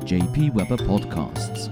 JP Weber Podcasts.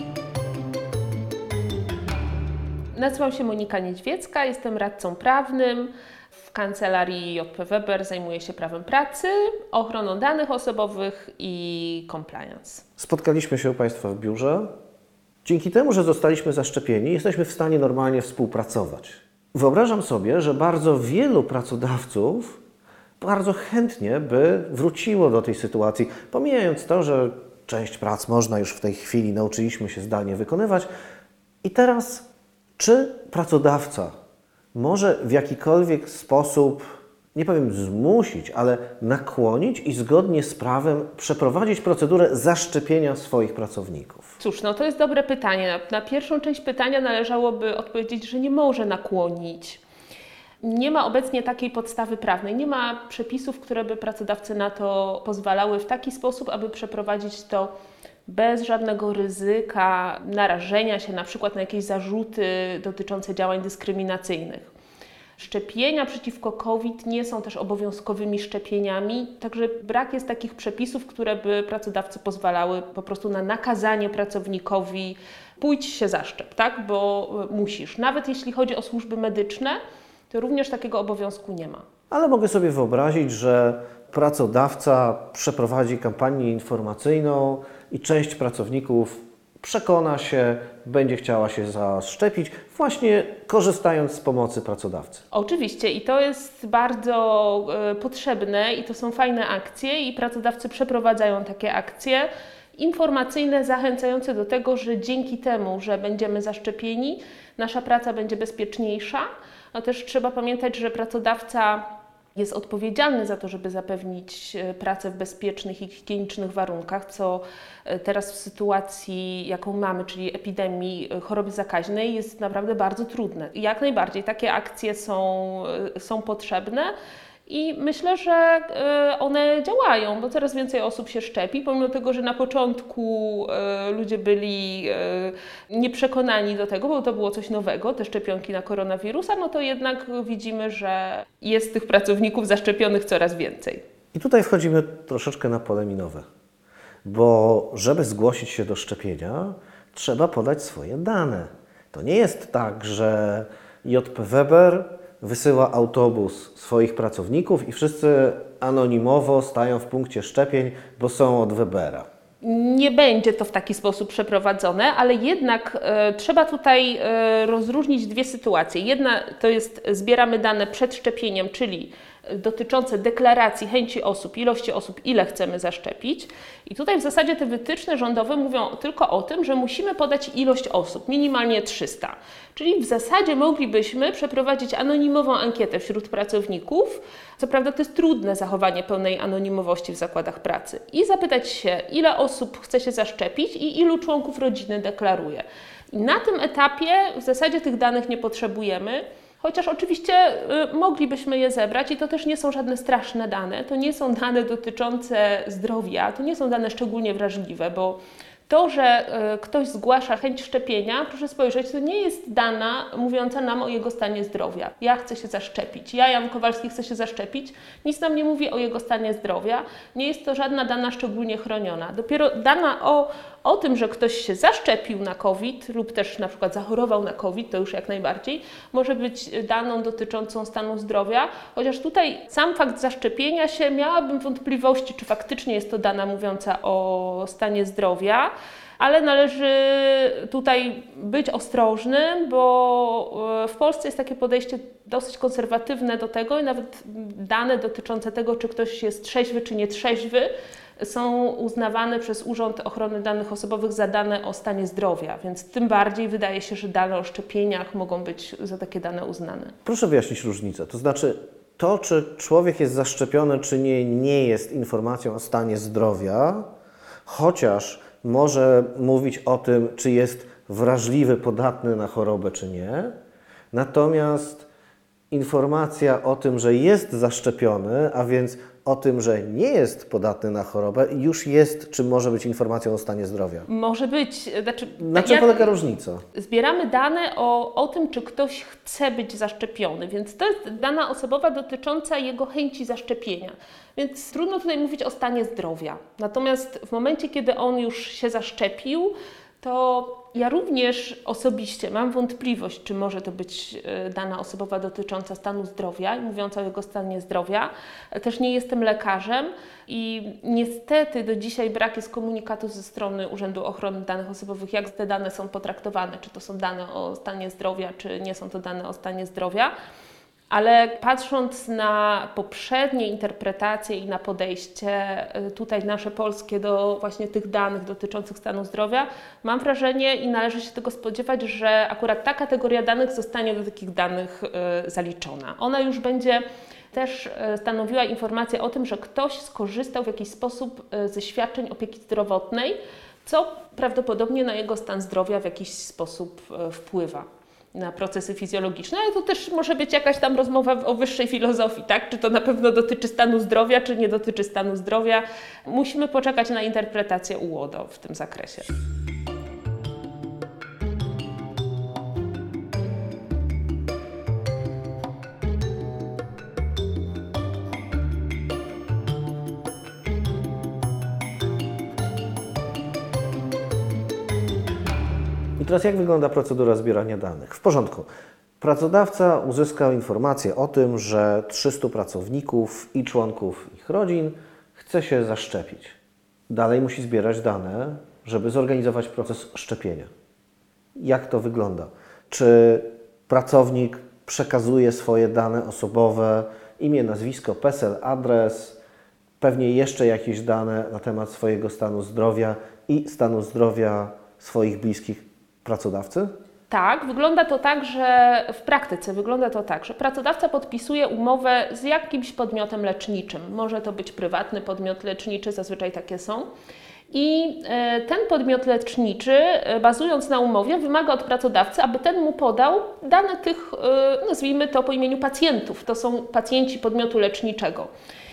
Nazywam się Monika Niedźwiecka, jestem radcą prawnym. W kancelarii JP Weber zajmuję się prawem pracy, ochroną danych osobowych i compliance. Spotkaliśmy się u Państwa w biurze. Dzięki temu, że zostaliśmy zaszczepieni, jesteśmy w stanie normalnie współpracować. Wyobrażam sobie, że bardzo wielu pracodawców bardzo chętnie by wróciło do tej sytuacji, pomijając to, że część prac można już w tej chwili nauczyliśmy się zdalnie wykonywać. I teraz, czy pracodawca może w jakikolwiek sposób, nie powiem zmusić, ale nakłonić i zgodnie z prawem przeprowadzić procedurę zaszczepienia swoich pracowników? Cóż, to jest dobre pytanie. Na pierwszą część pytania należałoby odpowiedzieć, że nie może nakłonić. Nie ma obecnie takiej podstawy prawnej, nie ma przepisów, które by pracodawcy na to pozwalały w taki sposób, aby przeprowadzić to bez żadnego ryzyka narażenia się na przykład na jakieś zarzuty dotyczące działań dyskryminacyjnych. Szczepienia przeciwko COVID nie są też obowiązkowymi szczepieniami, także brak jest takich przepisów, które by pracodawcy pozwalały po prostu na nakazanie pracownikowi pójdź się zaszczep, tak? Bo musisz. Nawet jeśli chodzi o służby medyczne, to również takiego obowiązku nie ma. Ale mogę sobie wyobrazić, że pracodawca przeprowadzi kampanię informacyjną i część pracowników przekona się, będzie chciała się zaszczepić, właśnie korzystając z pomocy pracodawcy. Oczywiście i to jest bardzo potrzebne i to są fajne akcje i pracodawcy przeprowadzają takie akcje informacyjne, zachęcające do tego, że dzięki temu, że będziemy zaszczepieni, nasza praca będzie bezpieczniejsza. No też trzeba pamiętać, że pracodawca jest odpowiedzialny za to, żeby zapewnić pracę w bezpiecznych i higienicznych warunkach, co teraz w sytuacji, jaką mamy, czyli epidemii choroby zakaźnej, jest naprawdę bardzo trudne. I jak najbardziej takie akcje są potrzebne. I myślę, że one działają, bo coraz więcej osób się szczepi, pomimo tego, że na początku ludzie byli nieprzekonani do tego, bo to było coś nowego, te szczepionki na koronawirusa, to jednak widzimy, że jest tych pracowników zaszczepionych coraz więcej. I tutaj wchodzimy troszeczkę na pole minowe, bo żeby zgłosić się do szczepienia, trzeba podać swoje dane. To nie jest tak, że JP Weber wysyła autobus swoich pracowników i wszyscy anonimowo stają w punkcie szczepień, bo są od Webera. Nie będzie to w taki sposób przeprowadzone, ale jednak trzeba tutaj rozróżnić dwie sytuacje. Jedna to jest zbieramy dane przed szczepieniem, czyli dotyczące deklaracji chęci osób, ilości osób, ile chcemy zaszczepić. I tutaj w zasadzie te wytyczne rządowe mówią tylko o tym, że musimy podać ilość osób, minimalnie 300. Czyli w zasadzie moglibyśmy przeprowadzić anonimową ankietę wśród pracowników. Co prawda to jest trudne zachowanie pełnej anonimowości w zakładach pracy. I zapytać się, ile osób chce się zaszczepić i ilu członków rodziny deklaruje. I na tym etapie w zasadzie tych danych nie potrzebujemy. Chociaż oczywiście moglibyśmy je zebrać i to też nie są żadne straszne dane, to nie są dane dotyczące zdrowia, to nie są dane szczególnie wrażliwe, bo to, że ktoś zgłasza chęć szczepienia, proszę spojrzeć, to nie jest dana mówiąca nam o jego stanie zdrowia. Ja chcę się zaszczepić, ja, Jan Kowalski, chcę się zaszczepić, nic nam nie mówi o jego stanie zdrowia, nie jest to żadna dana szczególnie chroniona. Dopiero dana o tym, że ktoś się zaszczepił na COVID lub też na przykład zachorował na COVID, to już jak najbardziej, może być daną dotyczącą stanu zdrowia, chociaż tutaj sam fakt zaszczepienia się miałabym wątpliwości, czy faktycznie jest to dana mówiąca o stanie zdrowia, ale należy tutaj być ostrożnym, bo w Polsce jest takie podejście dosyć konserwatywne do tego i nawet dane dotyczące tego, czy ktoś jest trzeźwy, czy nietrzeźwy, są uznawane przez Urząd Ochrony Danych Osobowych za dane o stanie zdrowia, więc tym bardziej wydaje się, że dane o szczepieniach mogą być za takie dane uznane. Proszę wyjaśnić różnicę, to znaczy to, czy człowiek jest zaszczepiony, czy nie jest informacją o stanie zdrowia, chociaż może mówić o tym, czy jest wrażliwy, podatny na chorobę, czy nie. Natomiast informacja o tym, że jest zaszczepiony, a więc o tym, że nie jest podatny na chorobę, już jest, czy może być informacją o stanie zdrowia? Może być. Na czym polega różnica? Zbieramy dane o tym, czy ktoś chce być zaszczepiony, więc to jest dana osobowa dotycząca jego chęci zaszczepienia. Więc trudno tutaj mówić o stanie zdrowia. Natomiast w momencie, kiedy on już się zaszczepił, to ja również osobiście mam wątpliwość, czy może to być dana osobowa dotycząca stanu zdrowia i mówiąca o jego stanie zdrowia. Też nie jestem lekarzem i niestety do dzisiaj brak jest komunikatu ze strony Urzędu Ochrony Danych Osobowych, jak te dane są potraktowane, czy to są dane o stanie zdrowia, czy nie są to dane o stanie zdrowia. Ale patrząc na poprzednie interpretacje i na podejście tutaj nasze polskie do właśnie tych danych dotyczących stanu zdrowia, mam wrażenie i należy się tego spodziewać, że akurat ta kategoria danych zostanie do takich danych zaliczona. Ona już będzie też stanowiła informację o tym, że ktoś skorzystał w jakiś sposób ze świadczeń opieki zdrowotnej, co prawdopodobnie na jego stan zdrowia w jakiś sposób wpływa. Na procesy fizjologiczne, ale to też może być jakaś tam rozmowa o wyższej filozofii, tak? Czy to na pewno dotyczy stanu zdrowia, czy nie dotyczy stanu zdrowia. Musimy poczekać na interpretację UODO w tym zakresie. I teraz jak wygląda procedura zbierania danych? W porządku. Pracodawca uzyskał informację o tym, że 300 pracowników i członków ich rodzin chce się zaszczepić. Dalej musi zbierać dane, żeby zorganizować proces szczepienia. Jak to wygląda? Czy pracownik przekazuje swoje dane osobowe, imię, nazwisko, PESEL, adres, pewnie jeszcze jakieś dane na temat swojego stanu zdrowia i stanu zdrowia swoich bliskich pracodawcy? Tak, wygląda to tak, że w praktyce wygląda to tak, że pracodawca podpisuje umowę z jakimś podmiotem leczniczym. Może to być prywatny podmiot leczniczy, zazwyczaj takie są. I ten podmiot leczniczy, bazując na umowie, wymaga od pracodawcy, aby ten mu podał dane tych, nazwijmy to po imieniu pacjentów. To są pacjenci podmiotu leczniczego.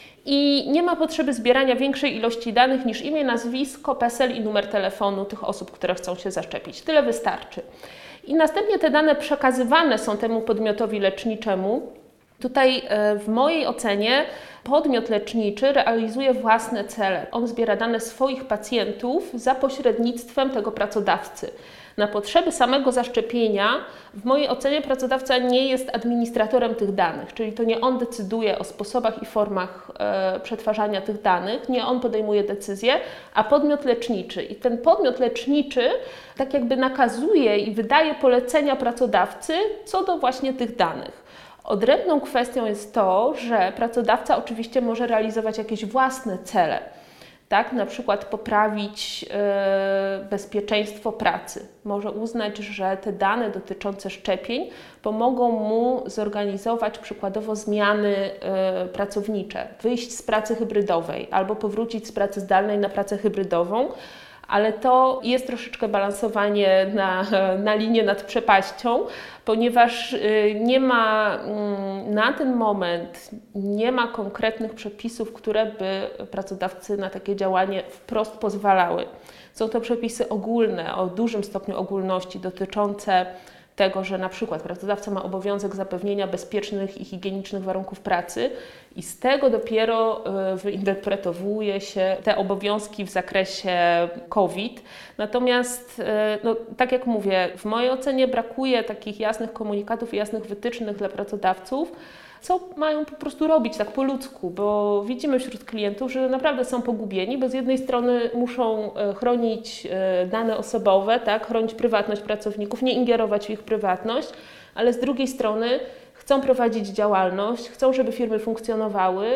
I nie ma potrzeby zbierania większej ilości danych niż imię, nazwisko, PESEL i numer telefonu tych osób, które chcą się zaszczepić. Tyle wystarczy. I następnie te dane przekazywane są temu podmiotowi leczniczemu. Tutaj w mojej ocenie podmiot leczniczy realizuje własne cele. On zbiera dane swoich pacjentów za pośrednictwem tego pracodawcy. Na potrzeby samego zaszczepienia, w mojej ocenie pracodawca nie jest administratorem tych danych, czyli to nie on decyduje o sposobach i formach przetwarzania tych danych, nie on podejmuje decyzje, a podmiot leczniczy. I ten podmiot leczniczy tak jakby nakazuje i wydaje polecenia pracodawcy co do właśnie tych danych. Odrębną kwestią jest to, że pracodawca oczywiście może realizować jakieś własne cele. Tak, na przykład poprawić bezpieczeństwo pracy. Może uznać, że te dane dotyczące szczepień pomogą mu zorganizować przykładowo zmiany pracownicze, wyjść z pracy hybrydowej albo powrócić z pracy zdalnej na pracę hybrydową, ale to jest troszeczkę balansowanie na linię nad przepaścią, ponieważ nie ma na ten moment konkretnych przepisów, które by pracodawcy na takie działanie wprost pozwalały. Są to przepisy ogólne, o dużym stopniu ogólności, dotyczące tego, że na przykład pracodawca ma obowiązek zapewnienia bezpiecznych i higienicznych warunków pracy i z tego dopiero wyinterpretowuje się te obowiązki w zakresie COVID. Natomiast, tak jak mówię, w mojej ocenie brakuje takich jasnych komunikatów i jasnych wytycznych dla pracodawców, co mają po prostu robić tak po ludzku, bo widzimy wśród klientów, że naprawdę są pogubieni, bo z jednej strony muszą chronić dane osobowe, tak, chronić prywatność pracowników, nie ingerować w ich prywatność, ale z drugiej strony chcą prowadzić działalność, chcą, żeby firmy funkcjonowały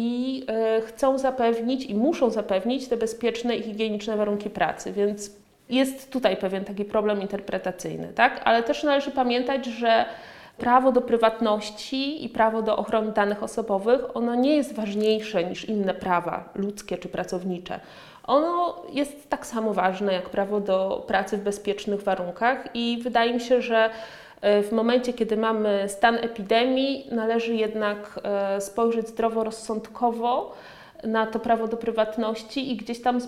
i chcą zapewnić i muszą zapewnić te bezpieczne i higieniczne warunki pracy, więc jest tutaj pewien taki problem interpretacyjny, tak? Ale też należy pamiętać, że prawo do prywatności i prawo do ochrony danych osobowych, ono nie jest ważniejsze niż inne prawa ludzkie czy pracownicze. Ono jest tak samo ważne jak prawo do pracy w bezpiecznych warunkach i wydaje mi się, że W momencie, kiedy mamy stan epidemii, należy jednak spojrzeć zdroworozsądkowo na to prawo do prywatności i gdzieś tam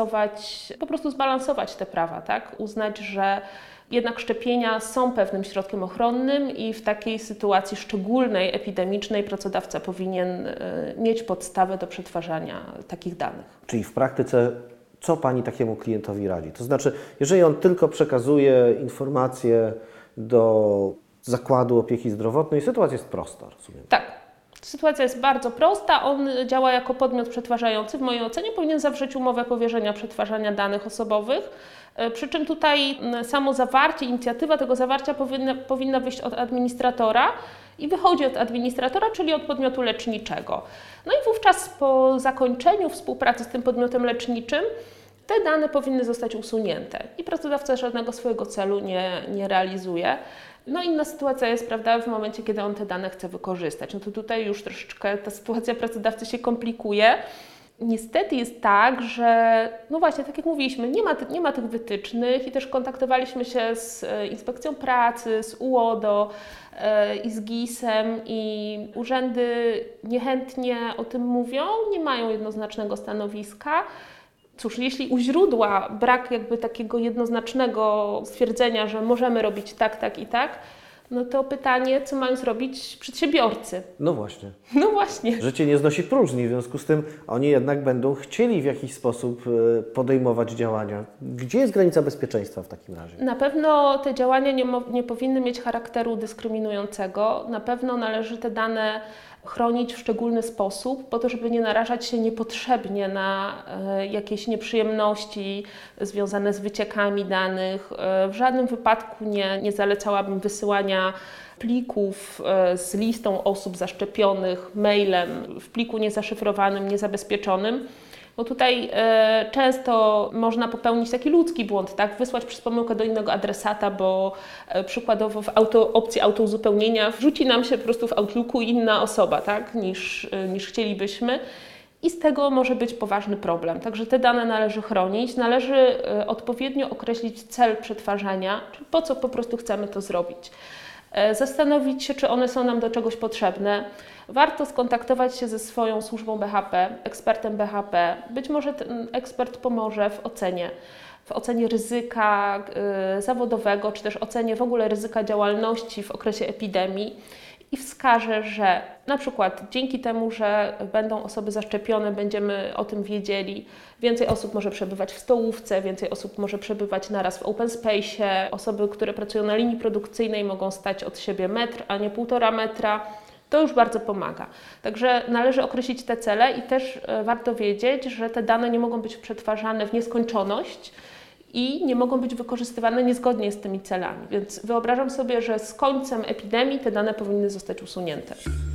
zbalansować te prawa, tak? Uznać, że jednak szczepienia są pewnym środkiem ochronnym i w takiej sytuacji szczególnej, epidemicznej pracodawca powinien mieć podstawę do przetwarzania takich danych. Czyli w praktyce co Pani takiemu klientowi radzi? To znaczy, jeżeli on tylko przekazuje informacje do zakładu opieki zdrowotnej, sytuacja jest prosta, rozumiem? Tak. Sytuacja jest bardzo prosta. On działa jako podmiot przetwarzający. W mojej ocenie powinien zawrzeć umowę powierzenia przetwarzania danych osobowych. Przy czym tutaj samo zawarcie, inicjatywa tego zawarcia powinna wyjść od administratora i wychodzi od administratora, czyli od podmiotu leczniczego. No i wówczas po zakończeniu współpracy z tym podmiotem leczniczym te dane powinny zostać usunięte i pracodawca żadnego swojego celu nie realizuje. No inna sytuacja jest, prawda, w momencie, kiedy on te dane chce wykorzystać. No to tutaj już troszeczkę ta sytuacja pracodawcy się komplikuje. Niestety jest tak, że no właśnie, tak jak mówiliśmy, nie ma tych wytycznych i też kontaktowaliśmy się z Inspekcją Pracy, z UODO i z GIS-em i urzędy niechętnie o tym mówią, nie mają jednoznacznego stanowiska. Cóż, jeśli u źródła brak jakby takiego jednoznacznego stwierdzenia, że możemy robić tak, tak i tak, no to pytanie, co mają zrobić przedsiębiorcy? No właśnie. No właśnie. Życie nie znosi próżni, w związku z tym oni jednak będą chcieli w jakiś sposób podejmować działania. Gdzie jest granica bezpieczeństwa w takim razie? Na pewno te działania nie powinny mieć charakteru dyskryminującego. Na pewno należy te dane chronić w szczególny sposób, po to, żeby nie narażać się niepotrzebnie na jakieś nieprzyjemności związane z wyciekami danych. W żadnym wypadku nie zalecałabym wysyłania plików z listą osób zaszczepionych mailem w pliku niezaszyfrowanym, niezabezpieczonym. Bo tutaj często można popełnić taki ludzki błąd, tak? Wysłać przez pomyłkę do innego adresata, bo przykładowo w opcji autouzupełnienia wrzuci nam się po prostu w Outlooku inna osoba, tak? niż chcielibyśmy. I z tego może być poważny problem. Także te dane należy chronić, należy odpowiednio określić cel przetwarzania, czyli po co po prostu chcemy to zrobić. Zastanowić się, czy one są nam do czegoś potrzebne. Warto skontaktować się ze swoją służbą BHP, ekspertem BHP. Być może ten ekspert pomoże w ocenie ryzyka zawodowego, czy też ocenie w ogóle ryzyka działalności w okresie epidemii i wskaże, że na przykład dzięki temu, że będą osoby zaszczepione, będziemy o tym wiedzieli, więcej osób może przebywać w stołówce, więcej osób może przebywać naraz w open space, osoby, które pracują na linii produkcyjnej mogą stać od siebie metr, a nie 1,5 metra. To już bardzo pomaga. Także należy określić te cele i też warto wiedzieć, że te dane nie mogą być przetwarzane w nieskończoność i nie mogą być wykorzystywane niezgodnie z tymi celami. Więc wyobrażam sobie, że z końcem epidemii te dane powinny zostać usunięte.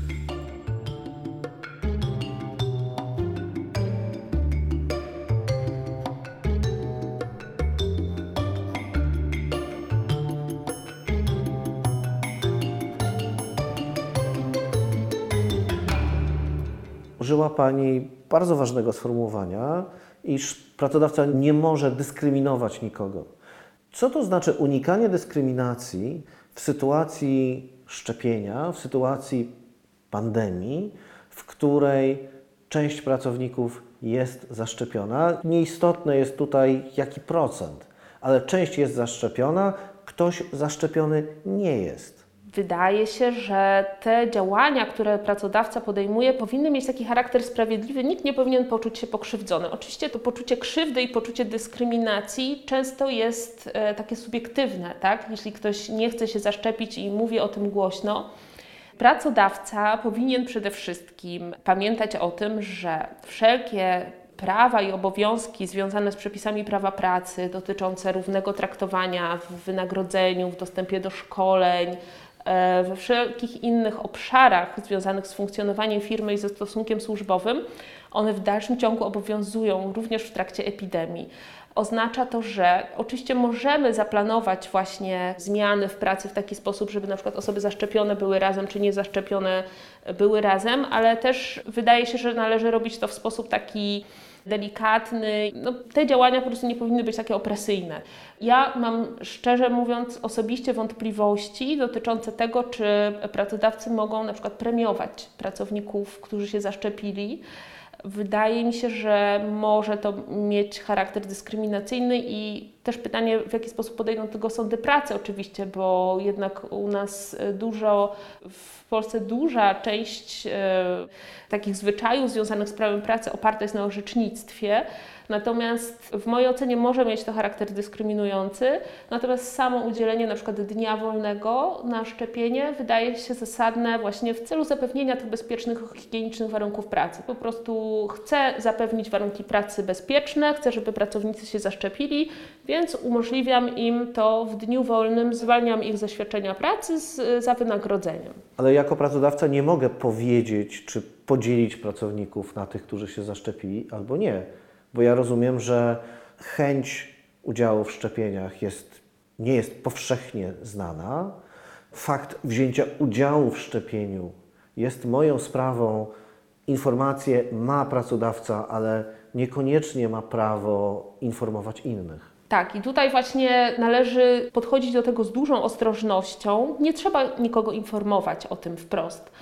Użyła Pani bardzo ważnego sformułowania, iż pracodawca nie może dyskryminować nikogo. Co to znaczy unikanie dyskryminacji w sytuacji szczepienia, w sytuacji pandemii, w której część pracowników jest zaszczepiona? Nieistotne jest tutaj jaki procent, ale część jest zaszczepiona, ktoś zaszczepiony nie jest. Wydaje się, że te działania, które pracodawca podejmuje, powinny mieć taki charakter sprawiedliwy. Nikt nie powinien poczuć się pokrzywdzony. Oczywiście to poczucie krzywdy i poczucie dyskryminacji często jest takie subiektywne, tak? Jeśli ktoś nie chce się zaszczepić i mówi o tym głośno, pracodawca powinien przede wszystkim pamiętać o tym, że wszelkie prawa i obowiązki związane z przepisami prawa pracy dotyczące równego traktowania w wynagrodzeniu, w dostępie do szkoleń, we wszelkich innych obszarach związanych z funkcjonowaniem firmy i ze stosunkiem służbowym, one w dalszym ciągu obowiązują również w trakcie epidemii. Oznacza to, że oczywiście możemy zaplanować właśnie zmiany w pracy w taki sposób, żeby na przykład osoby zaszczepione były razem, czy niezaszczepione były razem, ale też wydaje się, że należy robić to w sposób taki delikatny. Te działania po prostu nie powinny być takie opresyjne. Ja mam, szczerze mówiąc, osobiście wątpliwości dotyczące tego, czy pracodawcy mogą na przykład premiować pracowników, którzy się zaszczepili. Wydaje mi się, że może to mieć charakter dyskryminacyjny i też pytanie, w jaki sposób podejdą do tego sądy pracy oczywiście, bo jednak u nas w Polsce duża część takich zwyczajów związanych z prawem pracy oparta jest na orzecznictwie. Natomiast w mojej ocenie może mieć to charakter dyskryminujący, natomiast samo udzielenie na przykład dnia wolnego na szczepienie wydaje się zasadne właśnie w celu zapewnienia tych bezpiecznych, higienicznych warunków pracy. Po prostu chcę zapewnić warunki pracy bezpieczne, chcę, żeby pracownicy się zaszczepili, więc umożliwiam im to w dniu wolnym, zwalniam ich ze świadczenia pracy za wynagrodzeniem. Ale jako pracodawca nie mogę powiedzieć, czy podzielić pracowników na tych, którzy się zaszczepili, albo nie. Bo ja rozumiem, że chęć udziału w szczepieniach nie jest powszechnie znana. Fakt wzięcia udziału w szczepieniu jest moją sprawą. Informacje ma pracodawca, ale niekoniecznie ma prawo informować innych. Tak, i tutaj właśnie należy podchodzić do tego z dużą ostrożnością. Nie trzeba nikogo informować o tym wprost.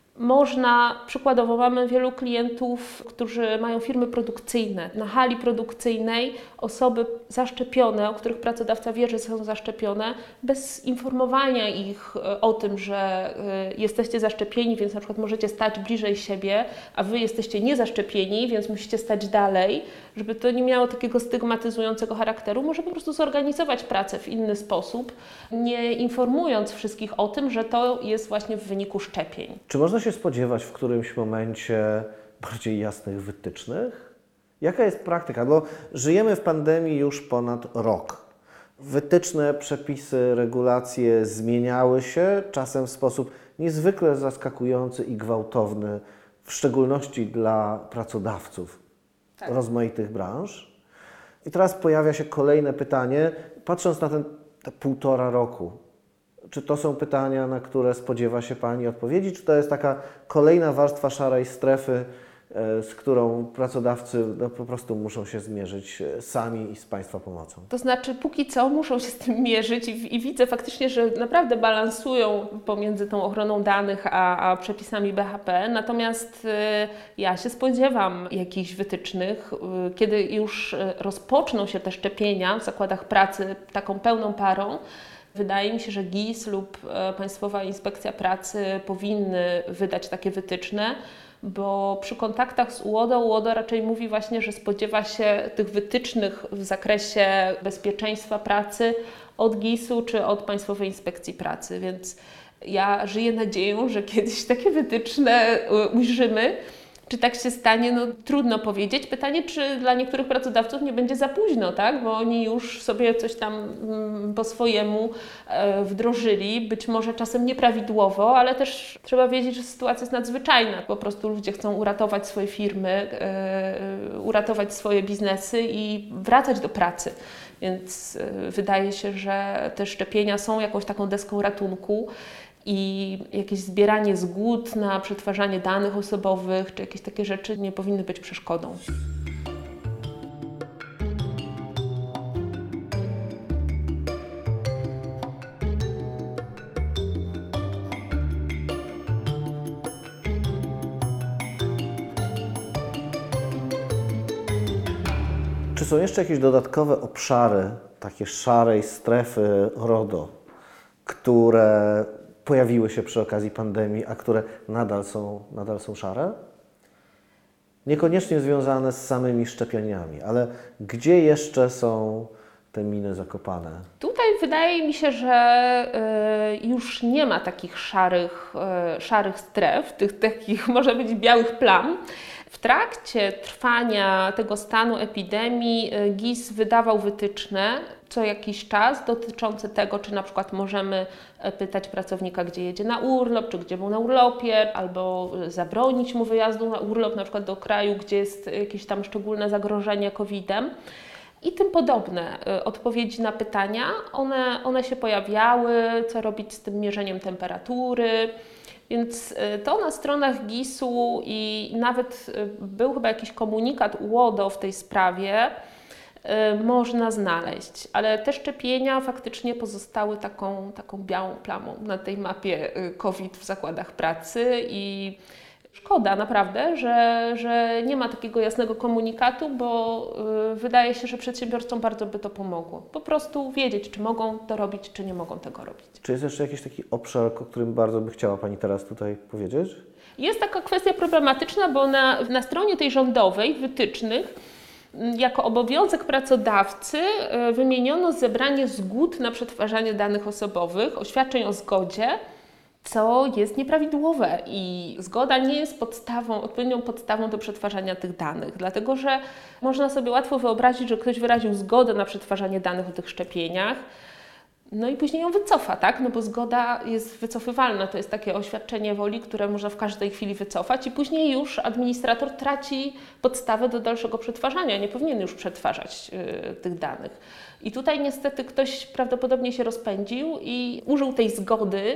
Przykładowo mamy wielu klientów, którzy mają firmy produkcyjne. Na hali produkcyjnej osoby zaszczepione, o których pracodawca wie, że są zaszczepione, bez informowania ich o tym, że jesteście zaszczepieni, więc na przykład możecie stać bliżej siebie, a Wy jesteście niezaszczepieni, więc musicie stać dalej, żeby to nie miało takiego stygmatyzującego charakteru, może po prostu zorganizować pracę w inny sposób, nie informując wszystkich o tym, że to jest właśnie w wyniku szczepień. Czy można się spodziewać w którymś momencie bardziej jasnych wytycznych? Jaka jest praktyka? Bo żyjemy w pandemii już ponad rok. Wytyczne, przepisy, regulacje zmieniały się, czasem w sposób niezwykle zaskakujący i gwałtowny, w szczególności dla pracodawców rozmaitych branż. I teraz pojawia się kolejne pytanie, patrząc na te 1,5 roku. Czy to są pytania, na które spodziewa się Pani odpowiedzi, czy to jest taka kolejna warstwa szarej strefy, z którą pracodawcy po prostu muszą się zmierzyć sami i z Państwa pomocą? To znaczy, póki co muszą się z tym mierzyć i widzę faktycznie, że naprawdę balansują pomiędzy tą ochroną danych a przepisami BHP. Natomiast ja się spodziewam jakichś wytycznych, kiedy już rozpoczną się te szczepienia w zakładach pracy taką pełną parą. Wydaje mi się, że GIS lub Państwowa Inspekcja Pracy powinny wydać takie wytyczne, bo przy kontaktach z UODO raczej mówi właśnie, że spodziewa się tych wytycznych w zakresie bezpieczeństwa pracy od GIS-u czy od Państwowej Inspekcji Pracy, więc ja żyję nadzieją, że kiedyś takie wytyczne ujrzymy. Czy tak się stanie? Trudno powiedzieć. Pytanie, czy dla niektórych pracodawców nie będzie za późno, tak? Bo oni już sobie coś tam po swojemu wdrożyli, być może czasem nieprawidłowo, ale też trzeba wiedzieć, że sytuacja jest nadzwyczajna. Po prostu ludzie chcą uratować swoje firmy, uratować swoje biznesy i wracać do pracy. Więc wydaje się, że te szczepienia są jakąś taką deską ratunku. I jakieś zbieranie zgód na przetwarzanie danych osobowych, czy jakieś takie rzeczy nie powinny być przeszkodą. Czy są jeszcze jakieś dodatkowe obszary, takie szarej strefy RODO, które pojawiły się przy okazji pandemii, a które nadal są szare? Niekoniecznie związane z samymi szczepieniami, ale gdzie jeszcze są te miny zakopane? Tutaj wydaje mi się, że już nie ma takich szarych stref, tych takich może być białych plam. W trakcie trwania tego stanu epidemii GIS wydawał wytyczne co jakiś czas dotyczące tego, czy na przykład możemy pytać pracownika, gdzie jedzie na urlop, czy gdzie był na urlopie, albo zabronić mu wyjazdu na urlop, na przykład do kraju, gdzie jest jakieś tam szczególne zagrożenie COVID-em. I tym podobne odpowiedzi na pytania, one się pojawiały, co robić z tym mierzeniem temperatury. Więc to na stronach GIS-u i nawet był chyba jakiś komunikat UODO w tej sprawie, można znaleźć, ale te szczepienia faktycznie pozostały taką białą plamą na tej mapie COVID w zakładach pracy i szkoda naprawdę, że nie ma takiego jasnego komunikatu, bo wydaje się, że przedsiębiorcom bardzo by to pomogło. Po prostu wiedzieć, czy mogą to robić, czy nie mogą tego robić. Czy jest jeszcze jakiś taki obszar, o którym bardzo by chciała Pani teraz tutaj powiedzieć? Jest taka kwestia problematyczna, bo na stronie tej rządowej wytycznych jako obowiązek pracodawcy wymieniono zebranie zgód na przetwarzanie danych osobowych, oświadczeń o zgodzie, co jest nieprawidłowe i zgoda nie jest odpowiednią podstawą do przetwarzania tych danych, dlatego że można sobie łatwo wyobrazić, że ktoś wyraził zgodę na przetwarzanie danych o tych szczepieniach, no i później ją wycofa, tak? No bo zgoda jest wycofywalna, to jest takie oświadczenie woli, które można w każdej chwili wycofać i później już administrator traci podstawę do dalszego przetwarzania, nie powinien już przetwarzać tych danych. I tutaj niestety ktoś prawdopodobnie się rozpędził i użył tej zgody,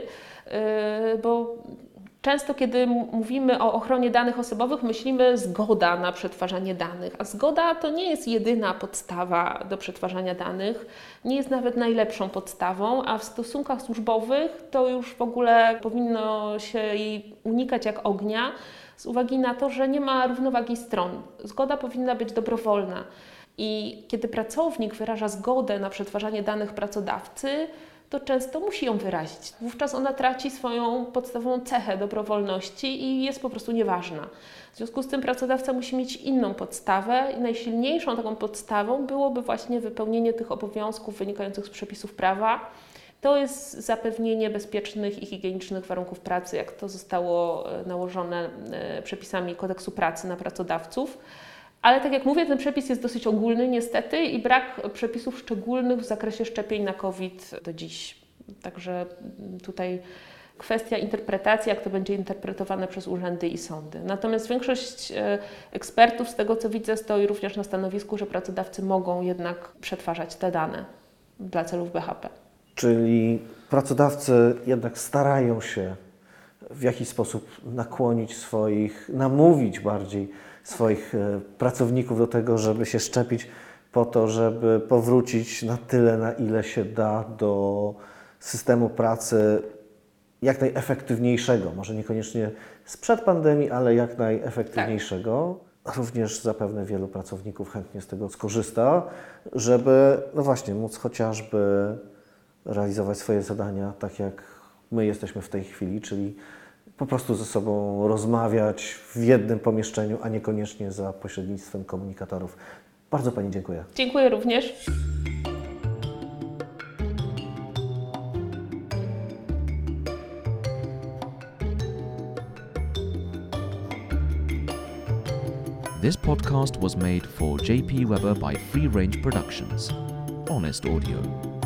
bo często, kiedy mówimy o ochronie danych osobowych, myślimy zgoda na przetwarzanie danych, a zgoda to nie jest jedyna podstawa do przetwarzania danych, nie jest nawet najlepszą podstawą, a w stosunkach służbowych to już w ogóle powinno się jej unikać jak ognia, z uwagi na to, że nie ma równowagi stron. Zgoda powinna być dobrowolna i kiedy pracownik wyraża zgodę na przetwarzanie danych pracodawcy, to często musi ją wyrazić. Wówczas ona traci swoją podstawową cechę dobrowolności i jest po prostu nieważna. W związku z tym pracodawca musi mieć inną podstawę i najsilniejszą taką podstawą byłoby właśnie wypełnienie tych obowiązków wynikających z przepisów prawa. To jest zapewnienie bezpiecznych i higienicznych warunków pracy, jak to zostało nałożone przepisami Kodeksu Pracy na pracodawców. Ale tak jak mówię, ten przepis jest dosyć ogólny niestety i brak przepisów szczególnych w zakresie szczepień na COVID do dziś. Także tutaj kwestia interpretacji, jak to będzie interpretowane przez urzędy i sądy. Natomiast większość ekspertów, z tego co widzę, stoi również na stanowisku, że pracodawcy mogą jednak przetwarzać te dane dla celów BHP. Czyli pracodawcy jednak starają się w jakiś sposób namówić bardziej swoich pracowników do tego, żeby się szczepić po to, żeby powrócić na tyle, na ile się da do systemu pracy jak najefektywniejszego, może niekoniecznie sprzed pandemii, ale jak najefektywniejszego. Tak. Również zapewne wielu pracowników chętnie z tego skorzysta, żeby móc chociażby realizować swoje zadania tak jak my jesteśmy w tej chwili, czyli po prostu ze sobą rozmawiać w jednym pomieszczeniu, a niekoniecznie za pośrednictwem komunikatorów. Bardzo Pani dziękuję. Dziękuję również. This podcast was made for JP Weber by Free Range Productions. Honest Audio.